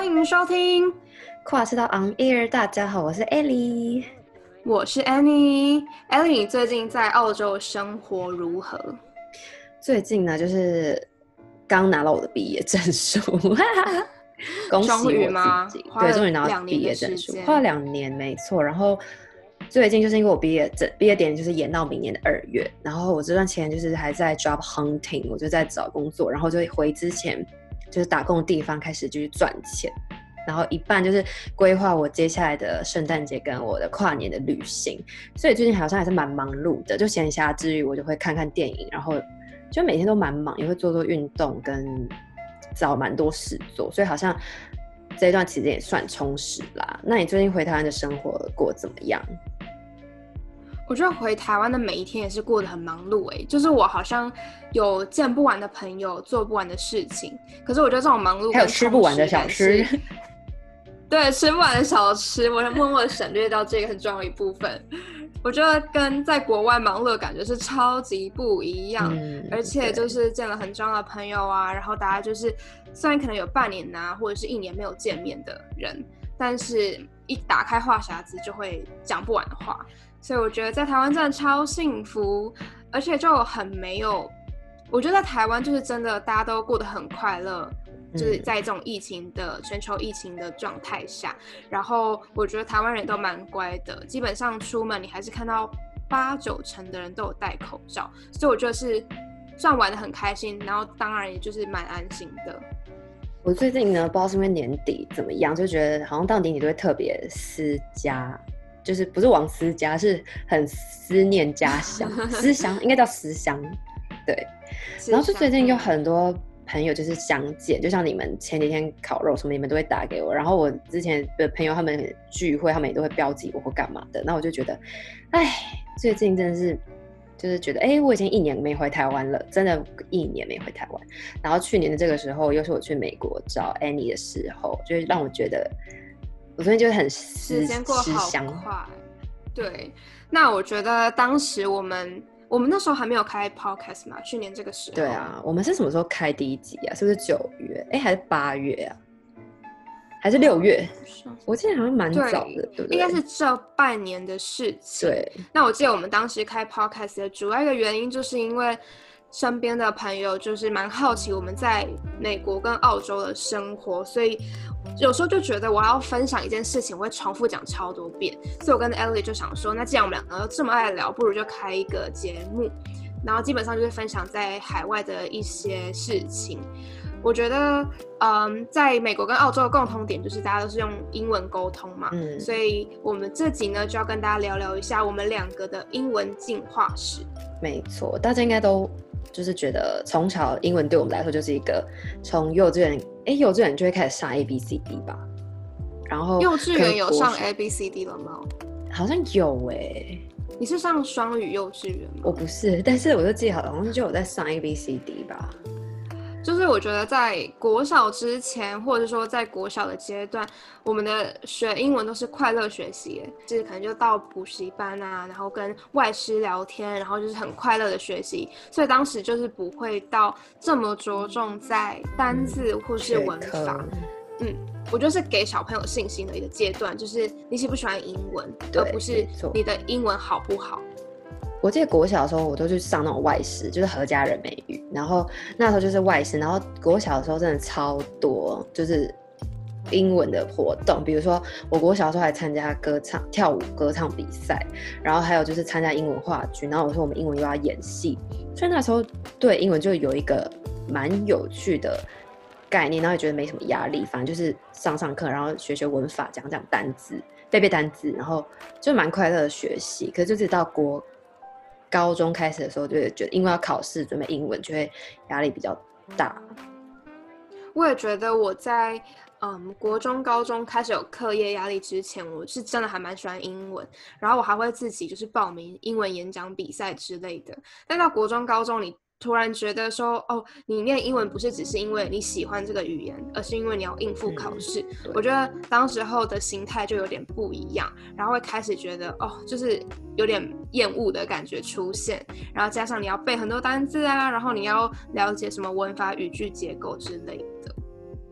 迎收听跨世道 On Air， 大家好，我是 Ellie， 我是 Annie。Ellie， 你最近在澳洲生活如何？ 最近呢，就是刚拿到我的毕业证书，恭喜我自己。对，终于拿到毕业证书，花了2年，没错。然后最近就是因为我毕业典礼就是延到明年的2月，然后我这段期间就是还在 job hunting， 我就在找工作，然后就回之前就是打工的地方开始就是赚钱。然后一半就是规划我接下来的圣诞节跟我的跨年的旅行，所以最近好像还是蛮忙碌的。就闲暇之余，我就会看看电影，然后就每天都蛮忙，也会做运动，跟找蛮多事做，所以好像这一段期间也算充实啦。那你最近回台湾的生活过怎么样？ 我觉得回台湾的每一天也是过得很忙碌就是我好像有见不完的朋友，做不完的事情，可是我觉得这种忙碌还有吃不完的小吃。 对，吃不完的小吃，我就默默的省略掉这个很重要的一部分。我觉得跟在国外忙碌的感觉是超级不一样，而且就是见了很重要的朋友啊，然后大家就是虽然可能有半年啊，或者是1年没有见面的人，但是一打开话匣子就会讲不完的话，所以我觉得在台湾真的超幸福，而且就很没有，我觉得在台湾就是真的大家都过得很快乐，就是在这种全球疫情的状态下，然后我觉得台湾人都蛮乖的，基本上出门你还是看到8-9成的人都有戴口罩，所以我觉得是算玩得很开心，然后当然也就是蛮安心的。 我最近呢，不知道是因为年底怎么样，就觉得好像到年底都会特别思家，就是不是往思家，是很思念家乡，思乡应该叫思乡，对。然后就最近有很多朋友就是相见，就像你们前几天烤肉什么，你们都会打给我。然后我之前的朋友他们聚会，他们也都会标记我或干嘛的。那我就觉得，最近真的是就是觉得，我已经1年没回台湾了，真的1年没回台湾。然后去年的这个时候，又是我去美国找 Annie 的时候，就让我觉得，我昨天就是很时间过好快。对，那我觉得当时我们那时候还没有开 podcast 嘛，去年这个时候。 对啊，我们是什么时候开第1集啊？是不是9月？还是8月啊？还是6月？我记得好像蛮早的，对不对？ 应该是这半年的事情。 对。 那我记得我们当时开 podcast 的主要一个原因，就是因为身边的朋友就是蛮好奇我们在美国跟澳洲的生活，所以有时候就觉得我要分享一件事情，我会重复讲超多遍，所以我跟 Ellie 就想说，那既然我们2个这么爱聊，不如就开一个节目，然后基本上就是分享在海外的一些事情。我觉得在美国跟澳洲的共同点就是大家都是用英文沟通嘛，所以我们这集呢就要跟大家聊聊一下我们2个的英文进化史。 没错，大家应该都就是觉得从小英文对我们来说就是一个从幼稚园就会开始上 ABCD 吧，然后幼稚园有上 ABCD 了吗？ 好像有你是上双语幼稚园吗？ 我不是，但是我就记得好像就有在上 ABCD 吧。 就是我觉得在国小之前，或者说在国小的阶段，我们的学英文都是快乐学习，就是可能就到补习班啊，然后跟外师聊天，然后就是很快乐的学习，所以当时就是不会到这么着重在单字或是文法。我觉得是给小朋友信心的一个阶段，就是你喜不喜欢英文，而不是你的英文好不好。 我记得国小的时候，我都去上那种外师，就是何家人美语，然后那时候就是外师，然后国小的时候真的超多，就是英文的活动，比如说我国小的时候还参加跳舞歌唱比赛，然后还有就是参加英文话剧，然后我说我们英文又要演戏，所以那时候对英文就有一个蛮有趣的概念，然后也觉得没什么压力，反正就是上课，然后学文法，讲单字，背单字，然后就蛮快乐的学习。可是就是到高中开始的时候，就会觉得因为要考试准备英文，就会压力比较大。 我也觉得我在国中、高中开始有课业压力之前，我是真的还蛮喜欢英文，然后我还会自己就是报名英文演讲比赛之类的。但到国中、高中，你突然觉得说，你念英文不是只是因为你喜欢这个语言，而是因为你要应付考试。我觉得当时候的心态就有点不一样，然后会开始觉得就是有点厌恶的感觉出现，然后加上你要背很多单字啊，然后你要了解什么文法、语句结构之类的。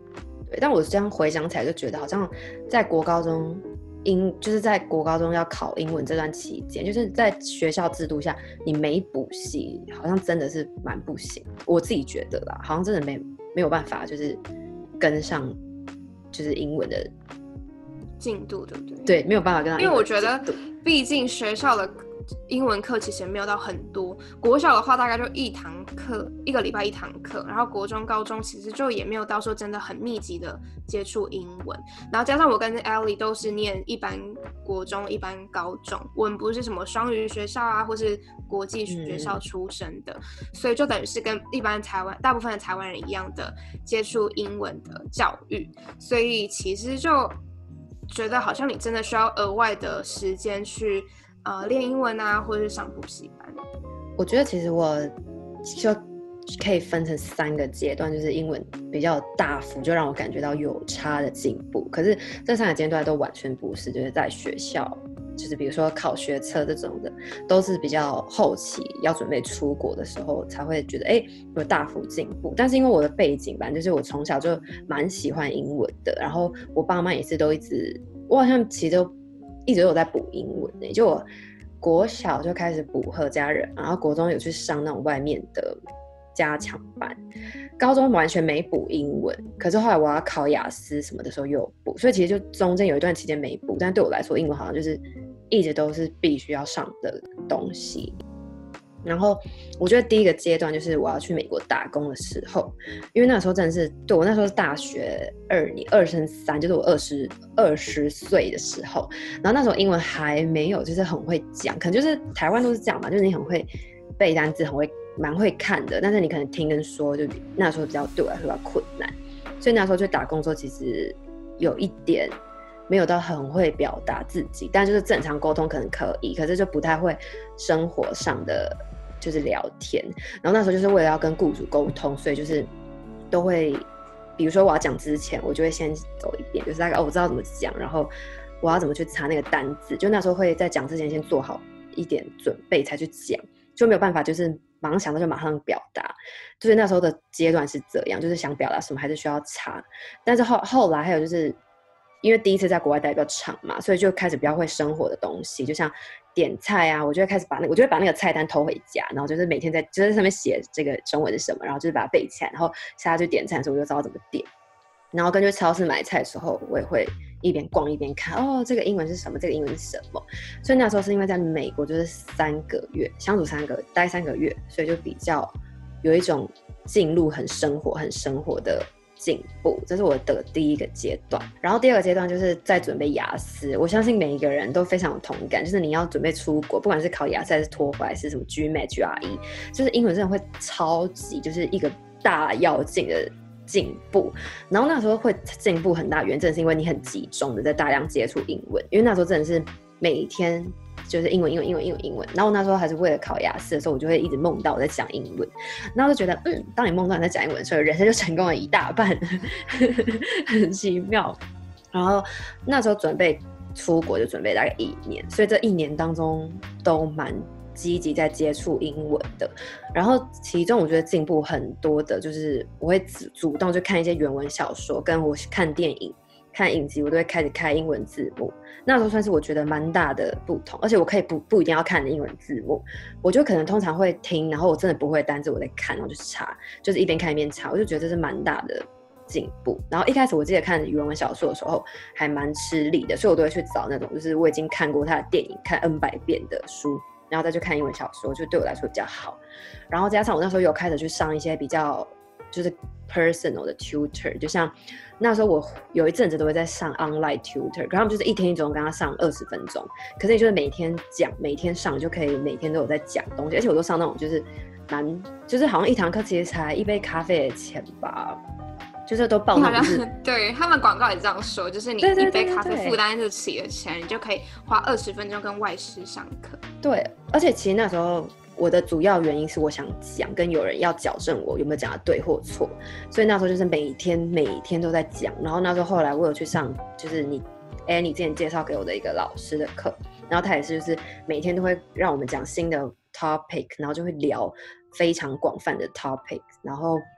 对，但我这样回想起来就觉得，好像在国高中就是在国高中要考英文这段期间，就是在学校制度下，你没补习，好像真的是蛮不行。我自己觉得啦，好像真的没有办法，就是跟上，就是英文的进度，对不对？ 对，没有办法跟上英文的进度。 因为我觉得，毕竟学校的英文课其实也没有到很多，国小的话大概就一堂课，一个礼拜一堂课，然后国中、高中其实就也没有到说真的很密集的接触英文，然后加上我跟 Ellie 都是念一般国中、一般高中，我们不是什么双语学校啊，或是国际学校出身的，所以就等于是跟一般大部分的台湾人一样的接触英文的教育，所以其实就觉得好像你真的需要额外的时间去练英文啊，或者是上补习班。 我觉得其实我就可以分成3个阶段，就是英文比较大幅就让我感觉到有差的进步，可是这3个阶段都完全不是，就是在学校，就是比如说考学测这种的，都是比较后期要准备出国的时候才会觉得有大幅进步。但是因为我的背景吧，就是我从小就蛮喜欢英文的，然后我爸妈也是都我好像其实都一直都有在补英文就我国小就开始补客家人，然后国中有去上那种外面的加强班，高中完全没补英文，可是后来我要考雅思什么的时候又有补，所以其实就中间有一段期间没补，但对我来说英文好像就是一直都是必须要上的东西。然后我觉得第一个阶段就是我要去美国打工的时候，因为那时候真的是对我那时候是大学2年2升3，就是我20岁的时候，然后那时候英文还没有就是很会讲，可能就是台湾都是这样吧，就是你很会背单字，蛮会看的，但是你可能听跟说就那时候对我来说比较困难，所以那时候去打工之后其实有一点没有到很会表达自己，但就是正常沟通可能可以，可是就不太会生活上的就是聊天。然后那时候就是为了要跟雇主沟通，所以就是都会，比如说我要讲之前，我就会先走一遍，就是大概我知道怎么讲，然后我要怎么去查那个单字，就那时候会在讲之前先做好一点准备才去讲，就没有办法就是马上想到就马上表达，就是那时候的阶段是这样，就是想表达什么还是需要查。但是后来还有就是因为第一次在国外待比较长嘛，所以就开始比较会生活的东西，就像点菜啊，我就会开始把那个菜单偷回家，然后就是每天就是在上面写这个中文是什么，然后就是把它背起来，然后下次去点菜的时候我就知道怎么点。然后跟去超市买菜的时候，我也会一边逛一边看，这个英文是什么，这个英文是什么。所以那时候是因为在美国就是3个月相处待3个月，所以就比较有一种进入很生活的进步，这是我的第一个阶段。然后第2个阶段就是在准备雅思，我相信每一个人都非常有同感，就是你要准备出国，不管是考雅思还是托福还是什么 GMAT、GRE， 就是英文真的会超级就是一个大要进的进步。然后那时候会进步很大原因真的是因为你很集中的在大量接触英文，因为那时候真的是每天就是英文，然后那时候还是为了考雅思的时候，我就会一直梦到我在讲英文，然后就觉得当你梦到你在讲英文，所以人生就成功了一大半很奇妙。然后那时候准备出国就准备大概1年，所以这1年当中都蛮积极在接触英文的。然后其中我觉得进步很多的就是我会主动去看一些原文小说，跟我看电影看影集我都会开始开英文字幕，那时候算是我觉得蛮大的不同。而且我可以不一定要看英文字幕，我就可能通常会听，然后我真的不会单字我在看，然后就查，就是一边看一边查，我就觉得这是蛮大的进步。然后一开始我记得看原文小说的时候还蛮吃力的，所以我都会去找那种就是我已经看过他的电影看 N 百遍的书，然后再去看英文小说，就对我来说比较好。然后加上我那时候有开始去上一些比较就是 personal 的 tutor， 就像那时候我有一阵子都会在上 online tutor， 可他们就是一天一种跟他上20分钟，可是你就是每天讲每天上就可以每天都有在讲东西，而且我都上那种就是好像一堂课其实才1杯咖啡的钱吧，就是都报那种对他们广告也这样说，就是你一杯咖啡负担得起的钱，你就可以花20分钟跟外师上课。 对，而且其实那时候我的主要原因是我想讲，跟有人要矫正我有没有讲的对或错，所以那时候就是每天都在讲。然后那时候后来我有去上，就是你之前介绍给我的一个老师的课，然后他也是就是每天都会让我们讲新的 topic， 然后就会聊非常广泛的 topic， 然后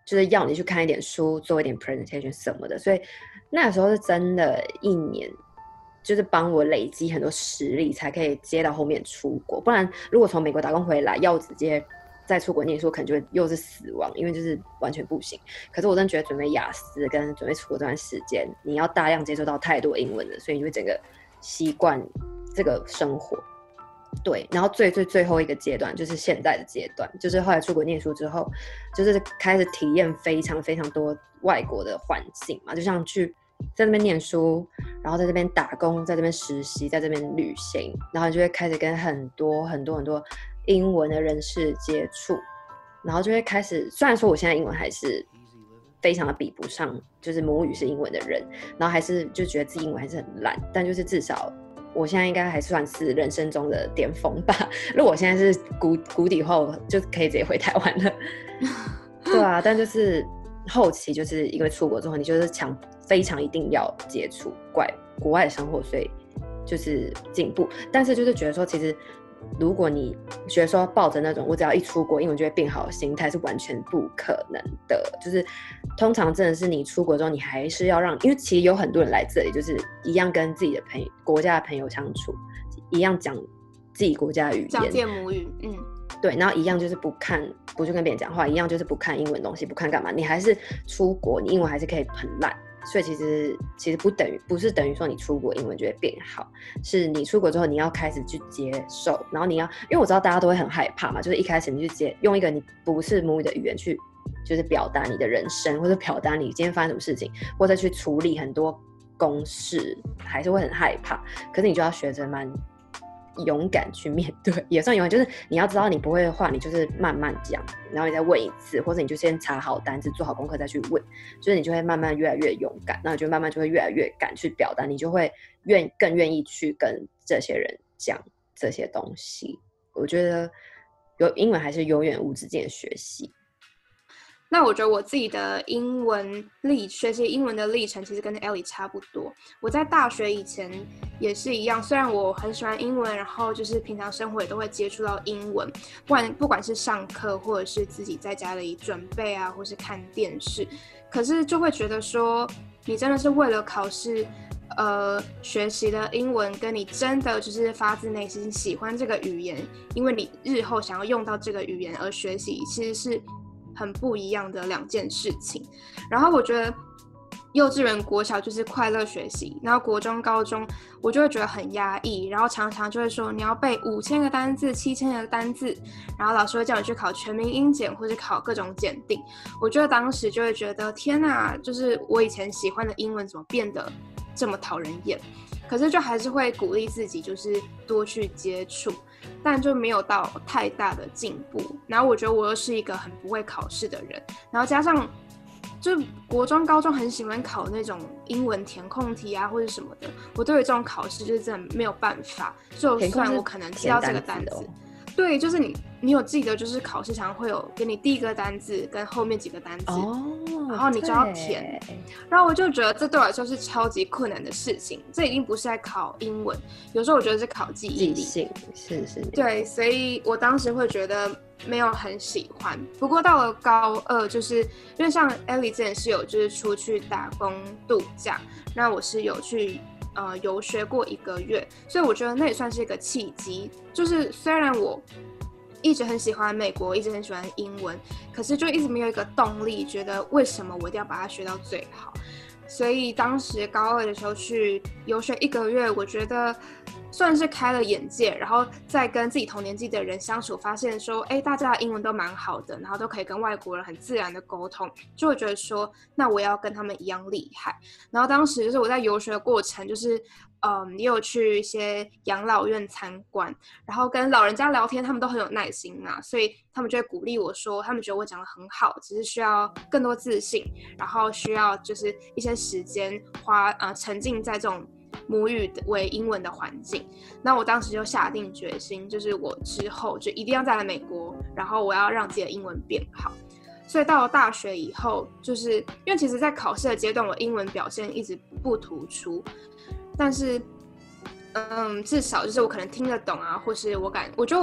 就是要你去看一点书，做一点 presentation 什么的，所以那个时候是真的1年，就是帮我累积很多实力，才可以接到后面出国。不然如果从美国打工回来，要直接再出国念书，可能就会又是死亡，因为就是完全不行。可是我真的觉得准备雅思跟准备出国这段时间，你要大量接触到太多英文了，所以你会整个习惯这个生活。对，然后最后一个阶段就是现在的阶段，就是后来出国念书之后，就是开始体验非常非常多外国的环境嘛，就像去在那边念书，然后在这边打工，在这边实习，在这边旅行，然后就会开始跟很多英文的人士接触，然后就会开始，虽然说我现在英文还是非常的比不上就是母语是英文的人，然后还是就觉得自己英文还是很烂，但就是至少我现在应该还算是人生中的巅峰吧。如果我现在是谷底后，就可以直接回台湾了。对啊，但就是后期就是因为出国之后，你就是非常一定要接触国外的生活，所以就是进步。但是就是觉得说，其实如果你觉得说抱着那种我只要一出国英文就会变好的心态，是完全不可能的。就是通常真的是你出国之后，你还是要因为其实有很多人来这里，就是一样跟自己的国家的朋友相处，一样讲自己国家的语言， 讲自己的母语， 对，然后一样就是不去跟别人讲话，一样就是不看英文东西，不看干嘛，你还是出国，你英文还是可以很烂。所以其实不是等于说你出国英文就会变好，是你出国之后你要开始去接受，然后因为我知道大家都会很害怕嘛，就是一开始你去用一个你不是母语的语言去就是表达你的人生，或者表达你今天发生什么事情，或者去处理很多公事，还是会很害怕。可是你就要学着蛮勇敢去面对，也算勇敢，就是你要知道你不会的话，你就是慢慢讲，然后你再问一次，或者你就先查好单字，做好功课再去问，就是你就会慢慢越来越勇敢，然后你就慢慢就会越来越敢去表达，你就会更愿意去跟这些人讲这些东西。我觉得英文还是永远无止境的学习。 那我觉得我自己的学习英文的历程其实跟 Ellie 差不多。我在大学以前也是一样，虽然我很喜欢英文，然后就是平常生活也都会接触到英文，不管是上课或者是自己在家里准备啊，或是看电视，可是就会觉得说，你真的是为了考试学习的英文，跟你真的就是发自内心喜欢这个语言，因为你日后想要用到这个语言而学习，其实是很不一样的2件事情。然后我觉得幼稚园国小就是快乐学习，然后国中高中我就会觉得很压抑，然后常常就会说你要背5000个单字7000个单字，然后老师会叫你去考全民英检或是考各种检定。我觉得当时就会觉得天哪，就是我以前喜欢的英文怎么变得这么讨人厌。可是就还是会鼓励自己就是多去接触，但就没有到太大的进步。然后我觉得我又是一个很不会考试的人，然后加上就国中高中很喜欢考那种英文填空题啊或者什么的，我对于这种考试就是真的没有办法，就算我可能知道这个单词，对，就是你有记得，就是考试常会有给你第一个单字跟后面几个单字，然后你就要填。然后我就觉得这对我来说是超级困难的事情，这已经不是在考英文，有时候我觉得是考记忆力。 记性是。 对，所以我当时会觉得没有很喜欢。不过到了高2，就是因为像 Ellie 之前是有就是出去打工度假，那我是有去游学过1个月，所以我觉得那也算是一个契机。就是虽然我一直很喜欢美国，一直很喜欢英文，可是就一直没有一个动力，觉得为什么我一定要把它学到最好。所以当时高2的时候去游学1个月，我觉得算是开了眼界，然后再跟自己同年纪的人相处，发现说，大家的英文都蛮好的，然后都可以跟外国人很自然的沟通，就会觉得说，那我也要跟他们一样厉害。然后当时就是我在游学的过程，就是也有去一些养老院参观，然后跟老人家聊天，他们都很有耐心嘛，所以他们就会鼓励我说，他们觉得我讲得很好，只是需要更多自信，然后需要就是一些时间沉浸在这种母语为英文的环境。那我当时就下定决心，就是我之后就一定要再来美国，然后我要让自己的英文变好。所以到了大学以后，就是因为其实在考试的阶段，我英文表现一直不突出，但是至少就是我可能听得懂啊，或是我觉得我是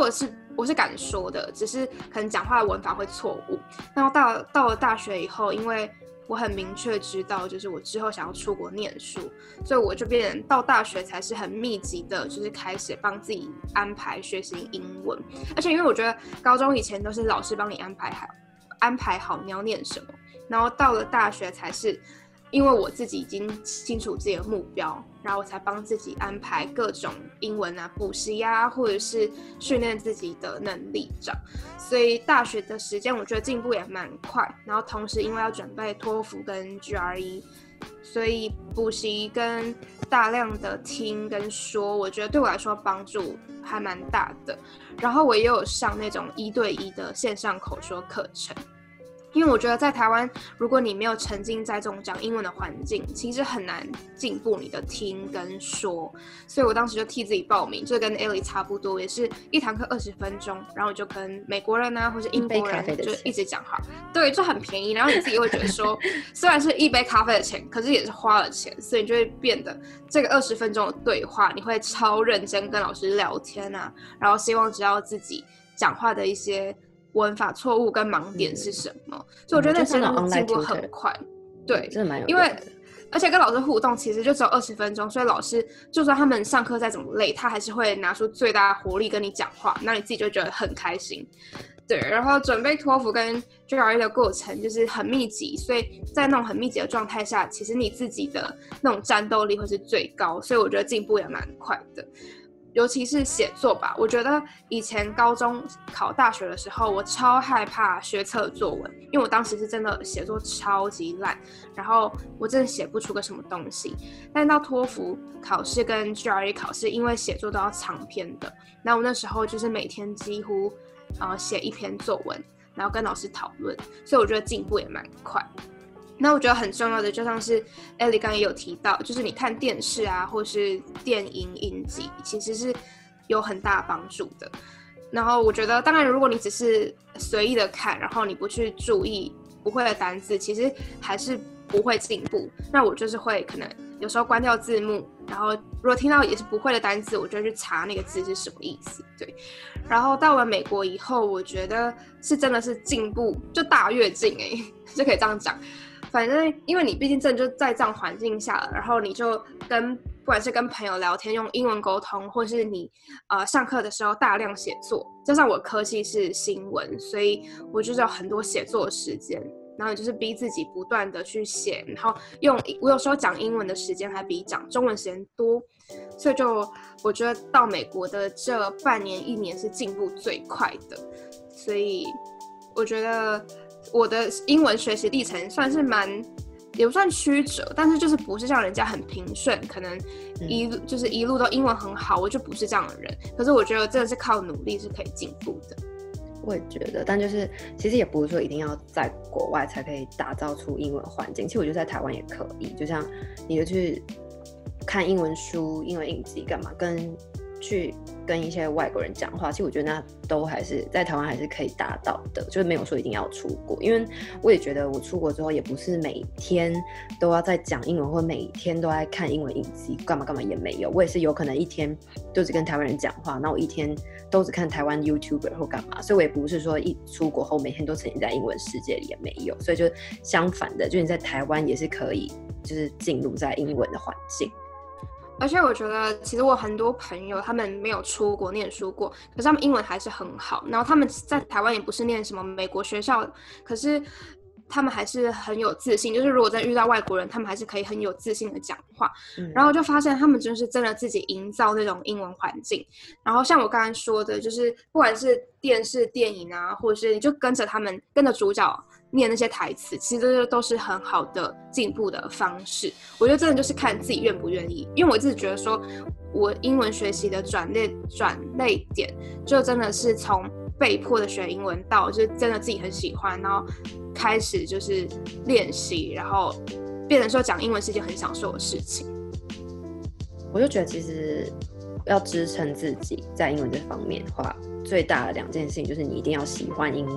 我是敢说的，只是可能讲话的文法会错误。然后到了大学以后，因为我很明确知道，就是我之后想要出国念书，所以我就变成到大学才是很密集的，就是开始帮自己安排学习英文。而且因为我觉得高中以前都是老师帮你安排好你要念什么，然后到了大学才是因为我自己已经清楚自己的目标，然后我才帮自己安排各种英文啊、补习啊，或者是训练自己的能力这样。所以大学的时间我觉得进步也蛮快，然后同时因为要准备托福跟 GRE， 所以补习跟大量的听跟说，我觉得对我来说帮助还蛮大的。然后我也有上那种1对1的线上口说课程。因为我觉得在台湾，如果你没有沉浸在这种讲英文的环境，其实很难进步你的听跟说。所以我当时就替自己报名，就跟 Ellie 差不多，也是一堂课20分钟，然后就跟美国人啊或是英国人就一直讲话，对，就很便宜。然后你自己会觉得说，虽然是一杯咖啡的钱，可是也是花了钱，所以你就会变得这个20分钟的对话，你会超认真跟老师聊天啊，然后希望知道自己讲话的一些文法错误跟盲点是什么，所以我觉得那真的进步很快，对， 真的蛮有用的。因为而且跟老师互动其实就只有20分钟，所以老师就算他们上课再怎么累，他还是会拿出最大的活力跟你讲话，那你自己就觉得很开心。对，然后准备托福跟 GRE 的过程就是很密集，所以在那种很密集的状态下，其实你自己的那种战斗力会是最高，所以我觉得进步也蛮快的。尤其是写作吧，我觉得以前高中考大学的时候，我超害怕学测作文，因为我当时是真的写作超级烂，然后我真的写不出个什么东西。但到托福考试跟 GRE 考试，因为写作都要长篇的，那我那时候就是每天几乎写1篇作文，然后跟老师讨论，所以我觉得进步也蛮快。那我觉得很重要的，就像是 Ellie 刚刚也有提到，就是你看电视啊，或是电影影集，其实是有很大帮助的。然后我觉得，当然如果你只是随意的看，然后你不去注意不会的单字，其实还是不会进步。那我就是会可能有时候关掉字幕，然后如果听到也是不会的单字，我就去查那个字是什么意思。对，然后到了美国以后，我觉得是真的是进步就大跃进就可以这样讲。反正因为你毕竟真的就在这样环境下了，然后你就不管是跟朋友聊天用英文沟通，或是你上课的时候大量写作，加上我科系是新闻，所以我就是有很多写作的时间，然后就是逼自己不断的去写，然后我有时候讲英文的时间还比讲中文时间多，所以就我觉得到美国的这半年1年是进步最快的，所以我觉得我的英文学习历程算是也不算曲折，但是就是不是像人家很平顺，可能就是一路都英文很好，我就不是这样的人。可是我觉得真的是靠努力是可以进步的。 我也觉得，但就是其实也不是说一定要在国外才可以打造出英文环境，其实我觉得在台湾也可以，就像你就去看英文书、英文影集干嘛，去跟一些外国人讲话，其实我觉得那都还是在台湾还是可以达到的，就是没有说一定要出国。因为我也觉得我出国之后也不是每天都要在讲英文，或每天都在看英文影集，干嘛也没有。我也是有可能一天就只跟台湾人讲话，那我一天都只看台湾 YouTuber 或干嘛，所以我也不是说一出国后每天都沉浸在英文世界里，也没有。所以就相反的，就你在台湾也是可以就是进入在英文的环境。 而且我觉得其实我很多朋友他们没有出国念书过，可是他们英文还是很好，然后他们在台湾也不是念什么美国学校，可是他们还是很有自信，就是如果真遇到外国人，他们还是可以很有自信的讲话。然后就发现他们就是真的自己营造那种英文环境，然后像我刚才说的，就是不管是电视电影啊，或者是你就跟着主角念那些台词，其实这都是很好的进步的方式。我觉得真的就是看自己愿不愿意，因为我一直觉得说我英文学习的转捩点就真的是从被迫的学英文到就是真的自己很喜欢，然后开始就是练习，然后变成说讲英文是一件很享受的事情。 我就觉得其实要支撑自己在英文这方面的话，最大的2件事情就是你一定要喜欢英文，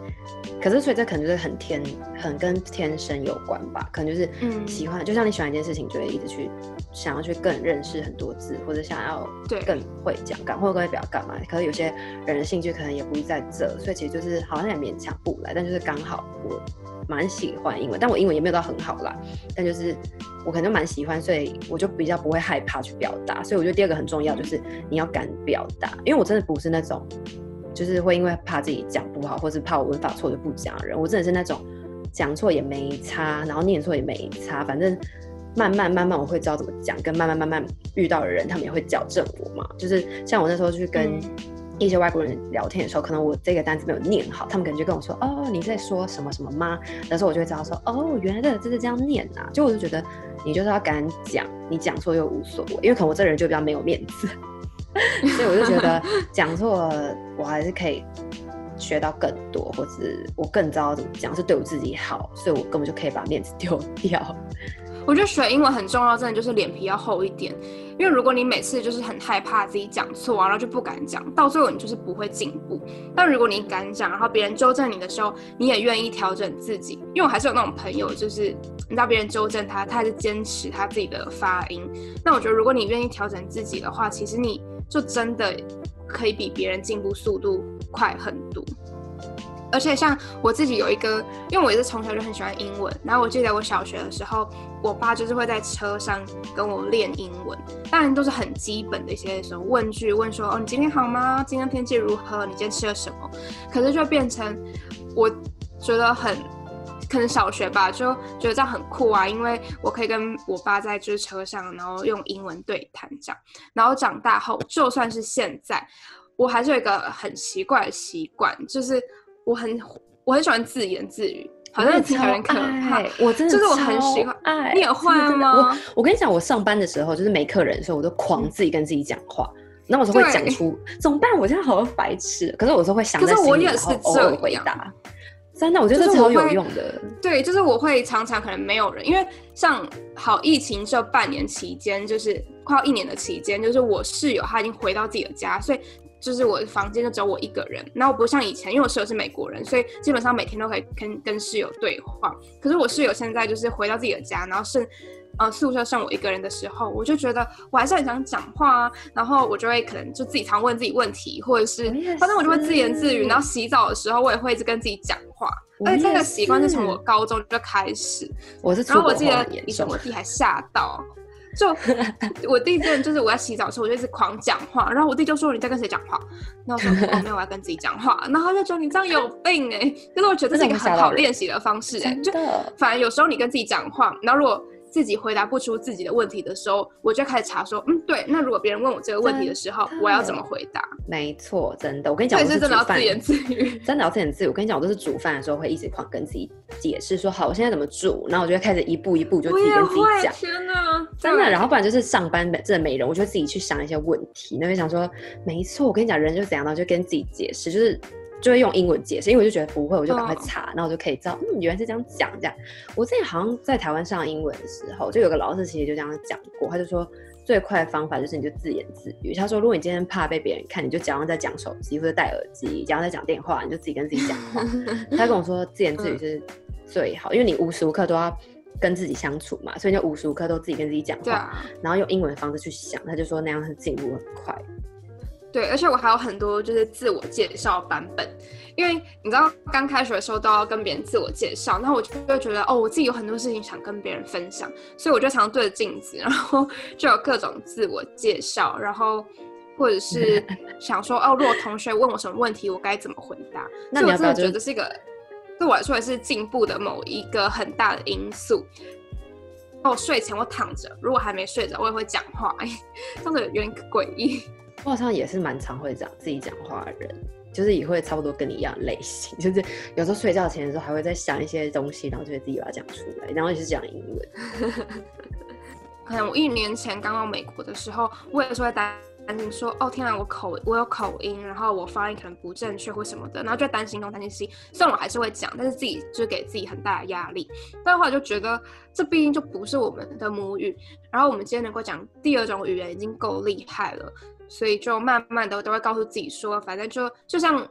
可是所以这可能就是很跟天生有关吧，可能就是喜欢，就像你喜欢一件事情，就会一直去想要去更认识很多字，或者想要更会讲或者会表达干嘛。可是有些人的兴趣可能也不是在这，所以其实就是好像也勉强不来，但就是刚好我蛮喜欢英文，但我英文也没有到很好啦，但就是我可能就蛮喜欢，所以我就比较不会害怕去表达。所以我觉得第二个很重要就是你要敢表达，因为我真的不是那种就是会因为怕自己讲不好或是怕我文法错就不讲的人，我真的是那种讲错也没差，然后念错也没差，反正慢慢我会知道怎么讲，跟慢慢遇到的人他们也会矫正我嘛。就是像我那时候去跟一些外国人聊天的时候，可能我这个单词没有念好，他们可能就跟我说哦你在说什么什么吗？那时候我就会知道说哦原来这个字是这样念啊。就我就觉得你就是要敢讲，你讲错又无所谓，因为可能我这个人就比较没有面子所以我就觉得讲错我还是可以学到更多，或是我更知道怎么讲是对我自己好，所以我根本就可以把面子丢掉。 我觉得学英文很重要，真的就是脸皮要厚一点，因为如果你每次就是很害怕自己讲错然后就不敢讲，到最后你就是不会进步。但如果你敢讲，然后别人纠正你的时候，你也愿意调整自己。因为我还是有那种朋友，就是你知道别人纠正他还是坚持他自己的发音。那我觉得如果你愿意调整自己的话，其实你就真的可以比别人进步速度快很多。而且像我自己有一个，因为我也是从小就很喜欢英文，然后我记得我小学的时候，我爸就是会在车上跟我练英文，当然都是很基本的一些什么问句，问说哦你今天好吗？今天天气如何？你今天吃了什么？可是就变成我觉得可能小学吧，就觉得这样很酷啊，因为我可以跟我爸在就是车上，然后用英文对谈这样。然后长大后，就算是现在，我还是有一个很奇怪的习惯，就是我很喜欢自言自语，好像听起来有点可怕。 我真的就是我很喜欢。你也会吗？ 我跟你讲，我上班的时候就是没客人的时候，我都狂自己跟自己讲话。那我说会讲出怎么办？我现在好白痴，可是我说会想在心里，然后偶尔回答。真的，我觉得这超有用的。 对，就是我会常常可能没有人，因为像好疫情这半年期间，就是快要1年的期间，就是我室友他已经回到自己的家，所以就是我的房间就只有我一个人。然后不像以前，因为我室友是美国人，所以基本上每天都可以跟室友对话。可是我室友现在就是回到自己的家，然后宿舍剩我一个人的时候，我就觉得我还是很想讲话啊，然后我就会可能就自己常问自己问题，或者是反正我就会自言自语。然后洗澡的时候我也会一直跟自己讲话，而且这个习惯是从我高中就开始。然后我记得以前我弟还吓到，就我弟真的就是我在洗澡的时候我就一直狂讲话，然后我弟就说你在跟谁讲话？然后我说哦没有，我要跟自己讲话。然后他就觉得你这样有病欸，可是我觉得这是一个很好练习的方式欸，就反而有时候你跟自己讲话，然后如果自己回答不出自己的问题的时候，我就开始查说对，那如果别人问我这个问题的时候我要怎么回答。 没错，真的，我跟你讲，我是真的要自言自语， 真的要自言自语。我跟你讲，我都是煮饭的时候会一直狂跟自己解释说好我现在怎么煮，然后我就会开始一步一步就自己跟自己讲。 天哪， 真的。然后不然就是上班真的没人，我就自己去想一些问题，那就想说没错，我跟你讲人就怎样，然后就跟自己解释，就会用英文解释，因为我就觉得不会，我就赶快查，然后我就可以知道，原来是这样讲这样。我之前好像在台湾上英文的时候，就有个老师其实就这样讲过，他就说最快的方法就是你就自言自语。他说如果你今天怕被别人看，你就假装在讲手机或者戴耳机，假装在讲电话，你就自己跟自己讲话。他跟我说自言自语是最好，因为你无时无刻都要跟自己相处嘛，所以你就无时无刻都自己跟自己讲话，然后用英文的方式去想。他就说那样是进步很快。 对，而且我还有很多就是自我介绍版本，因为你知道刚开学的时候都要跟别人自我介绍，然后我就会觉得我自己有很多事情想跟别人分享，所以我就常对着镜子，然后就有各种自我介绍，然后或者是想说如果同学问我什么问题我该怎么回答。那你要不要，所以我真的觉得是一个对我来说也是进步的某一个很大的因素。我睡前我躺着，如果还没睡着我也会讲话，这样子有点诡异。 我好像也是蛮常会自己讲话的人，就是也会差不多跟你一样的类型，就是有时候睡觉前的时候还会再想一些东西，然后就会自己把它讲出来，然后也是讲英文。 可能我1年前刚到美国的时候，我也是会担心说天啊我有口音，然后我发音可能不正确或什么的，然后就会担心东担心西。虽然我还是会讲，但是自己就给自己很大的压力。但后来就觉得这毕竟就不是我们的母语，然后我们今天能够讲第2种语言已经够厉害了，所以就慢慢的都会告诉自己说，反正就像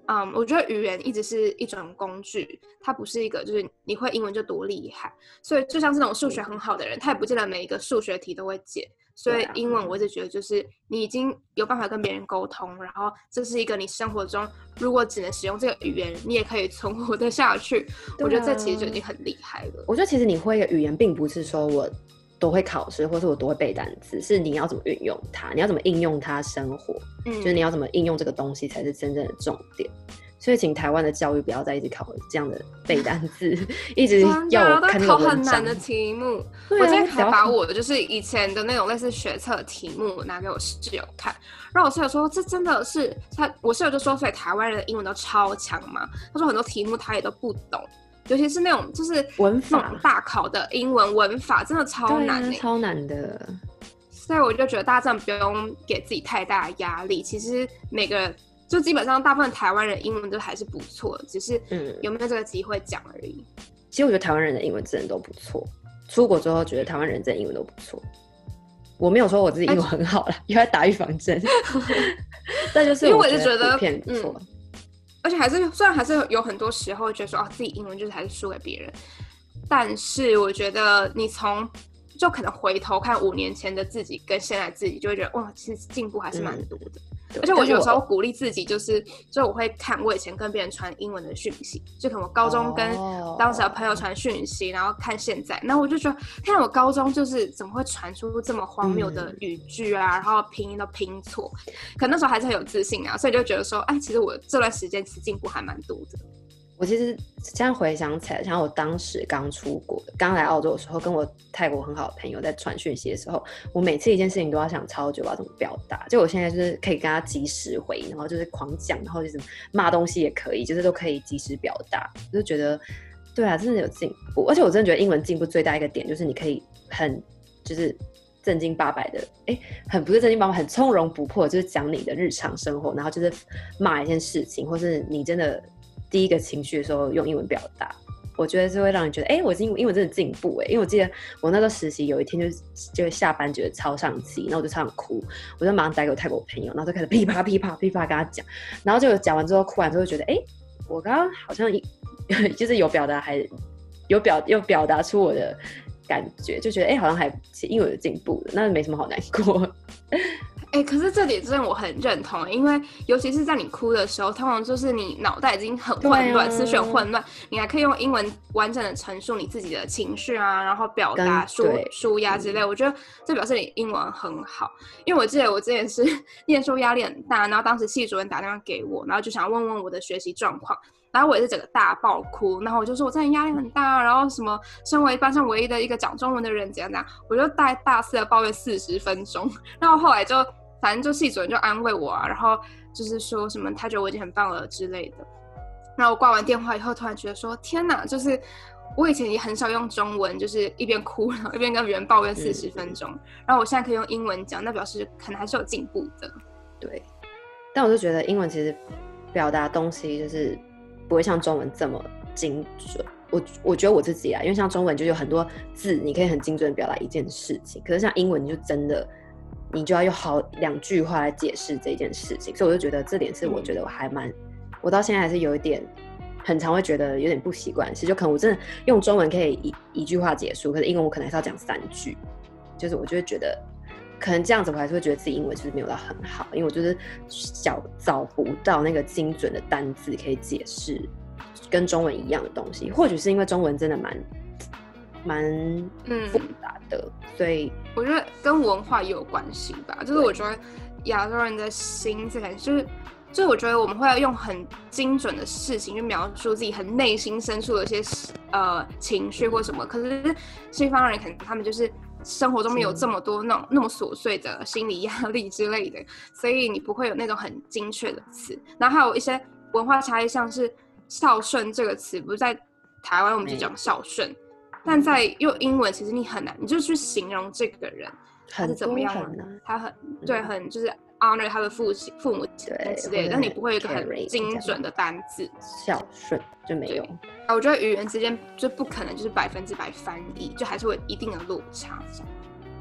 我觉得语言一直是一种工具，它不是一个就是你会英文就多厉害。所以就像这种数学很好的人，他也不见得每一个数学题都会解。所以英文我一直觉得就是你已经有办法跟别人沟通，然后这是一个你生活中如果只能使用这个语言，你也可以存活得下去。我觉得这其实就已经很厉害了。 我觉得其实你会一个语言，并不是说我都会考试，或是我都会背单词，是你要怎么运用它，你要怎么应用它生活，就是你要怎么应用这个东西才是真正的重点。所以请台湾的教育不要再一直考这样的背单字，一直要我看那个文章， 考很难的题目。我今天还把我的就是以前的那种类似学测题目拿给我室友看，然后我室友说这真的是我室友就说，所以台湾人的英文都超强嘛。他说很多题目他也都不懂，尤其是那种就是文法大考的英文文法真的超难超难的。 所以我就觉得大家真的不用给自己太大的压力。其实每个就基本上大部分台湾人英文都还是不错的，只是有没有这个机会讲而已。 其实我觉得台湾人的英文真的都不错，出国之后觉得台湾人真的英文都不错。我没有说我自己英文很好啦，因为打预防针，但就是因为我就觉得普遍不错。 而且虽然还是有很多时候觉得说自己英文就是还是输给别人，但是我觉得你就可能回头看5年前的自己跟现在自己，就会觉得哇，其实进步还是蛮多的。而且我有时候鼓励自己，就我会看我以前跟别人传英文的讯息，就可能我高中跟当时的朋友传讯息，然后看现在，然后我就觉得，看我高中就是怎么会传出这么荒谬的语句啊，然后拼音都拼错，可那时候还是很有自信啊，所以就觉得说，其实我这段时间其实进步还蛮多的。 我其实现在回想起来，像我当时刚出国、刚来澳洲的时候，跟我泰国很好的朋友在传讯息的时候，我每次一件事情都要想超久，要怎么表达。就我现在就是可以跟他及时回，然后就是狂讲，然后就是骂东西也可以，就是都可以及时表达。就觉得，对啊，真的有进步。而且我真的觉得英文进步最大一个点就是你可以很就是正经八百的，很不是正经八百，很从容不迫，就是讲你的日常生活，然后就是骂一件事情，或是你真的第一个情绪的时候用英文表达，我觉得是会让你觉得我英文真的进步。因为我记得我那时候实习有一天就下班觉得超上气，然后我就超想哭，我就马上打给我泰国朋友，然后就开始噼啪噼啪噼啪跟他讲，然后就讲完之后哭完之后觉得我刚刚好像就是有表达，还有表达出我的感觉，就觉得好像还英文有进步的，那没什么好难过。 可是这点真的我很认同，因为尤其是在你哭的时候，通常就是你脑袋已经很混乱，思绪很混乱，你还可以用英文完整的陈述你自己的情绪啊，然后表达抒压之类。我觉得这表示你英文很好。因为我记得我之前是念书压力很大，然后当时系主任打电话给我，然后就想问问我的学习状况，然后我也是整个大爆哭，然后我就说我真的压力很大，然后什么身为班上唯一的一个讲中文的人怎样怎样，我就大肆的抱怨40分钟，然后后来就反正就系主任就安慰我啊，然后就是说什么他觉得我已经很棒了之类的。然后我挂完电话以后，突然觉得说天哪，就是我以前也很少用中文，就是一边哭然后一边跟别人抱怨40分钟，然后我现在可以用英文讲，那表示可能还是有进步的。 对，但我就觉得英文其实表达东西就是不会像中文这么精准。我觉得我自己因为像中文就有很多字你可以很精准的表达一件事情，可是像英文你就真的你就要用好2句话来解释这件事情，所以我就觉得这点是我觉得我到现在还是有一点很常会觉得有点不习惯的事，就可能我真的用中文可以一句话结束，可是英文我可能还是要讲3句，就是我就会觉得可能这样子我还是会觉得自己英文就是没有到很好，因为我就是找不到那个精准的单字可以解释跟中文一样的东西，或许是因为中文真的蛮复杂的，所以我觉得跟文化也有关系吧。就是我觉得亚洲人的心这感觉就是我觉得我们会用很精准的事情去描述自己很内心深处的一些情绪或什么，可是西方人可能他们就是生活中没有这么多那么琐碎的心理压力之类的，所以你不会有那种很精确的词。然后还有一些文化差异，像是孝顺这个词，不是在台湾我们就讲孝顺，但在用英文其实你很难，你就去形容这个人他是怎么样的，他很就是 honor 他的父母之类的，但你不会有一个很精准的单字。 孝顺就没有。 我觉得语言之间就不可能就是100%翻译，就还是会有一定的落差。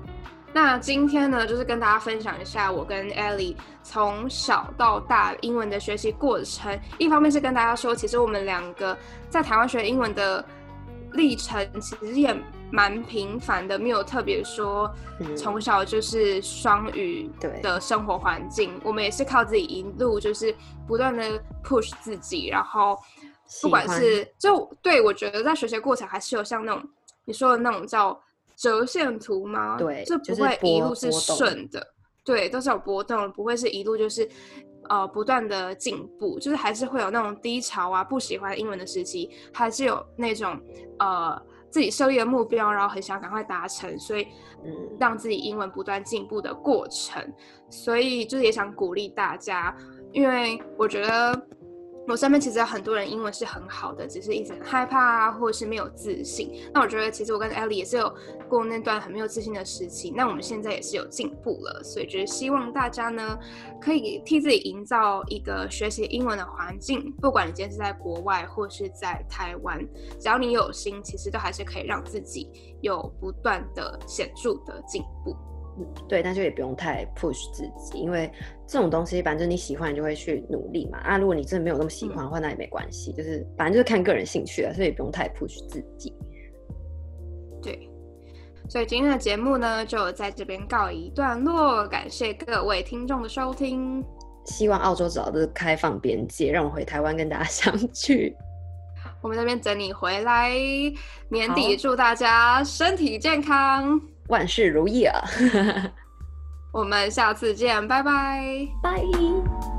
那今天呢，就是跟大家分享一下我跟 Ellie 从小到大英文的学习过程。一方面是跟大家说，其实我们两个在台湾学英文的历程其实也蛮平凡的，没有特别说从小就是双语的生活环境。我们也是靠自己一路就是不断的 push 自己，然后不管是就对我觉得在学习过程还是有像那种你说的那种叫折线图吗？ 对， 就不会一路是顺的，对，都是有波动，不会是一路就是不断的进步，就是还是会有那种低潮啊，不喜欢英文的时期，还是有那种自己设立的目标，然后很想赶快达成，所以让自己英文不断进步的过程。所以就是也想鼓励大家，因为我觉得我身边其实有很多人英文是很好的，只是一直很害怕啊，或者是没有自信。那我觉得其实我跟 Ellie 也是有过那段很没有自信的时期，那我们现在也是有进步了，所以就是希望大家呢可以替自己营造一个学习英文的环境，不管你今天是在国外或是在台湾，只要你有心，其实都还是可以让自己有不断的显著的进步。 对，但是也不用太 push 自己，因为这种东西反正你喜欢你就会去努力嘛。啊，如果你真的没有那么喜欢的话，那也没关系，就是反正就是看个人兴趣了，所以也不用太 push 自己。 对，所以今天的节目呢就在这边告一段落，感谢各位听众的收听。 希望澳洲早日开放边界，让我回台湾跟大家相聚。 我们这边等你回来，年底祝大家身体健康， 万事如意啊！ 我们下次见，拜拜， 拜。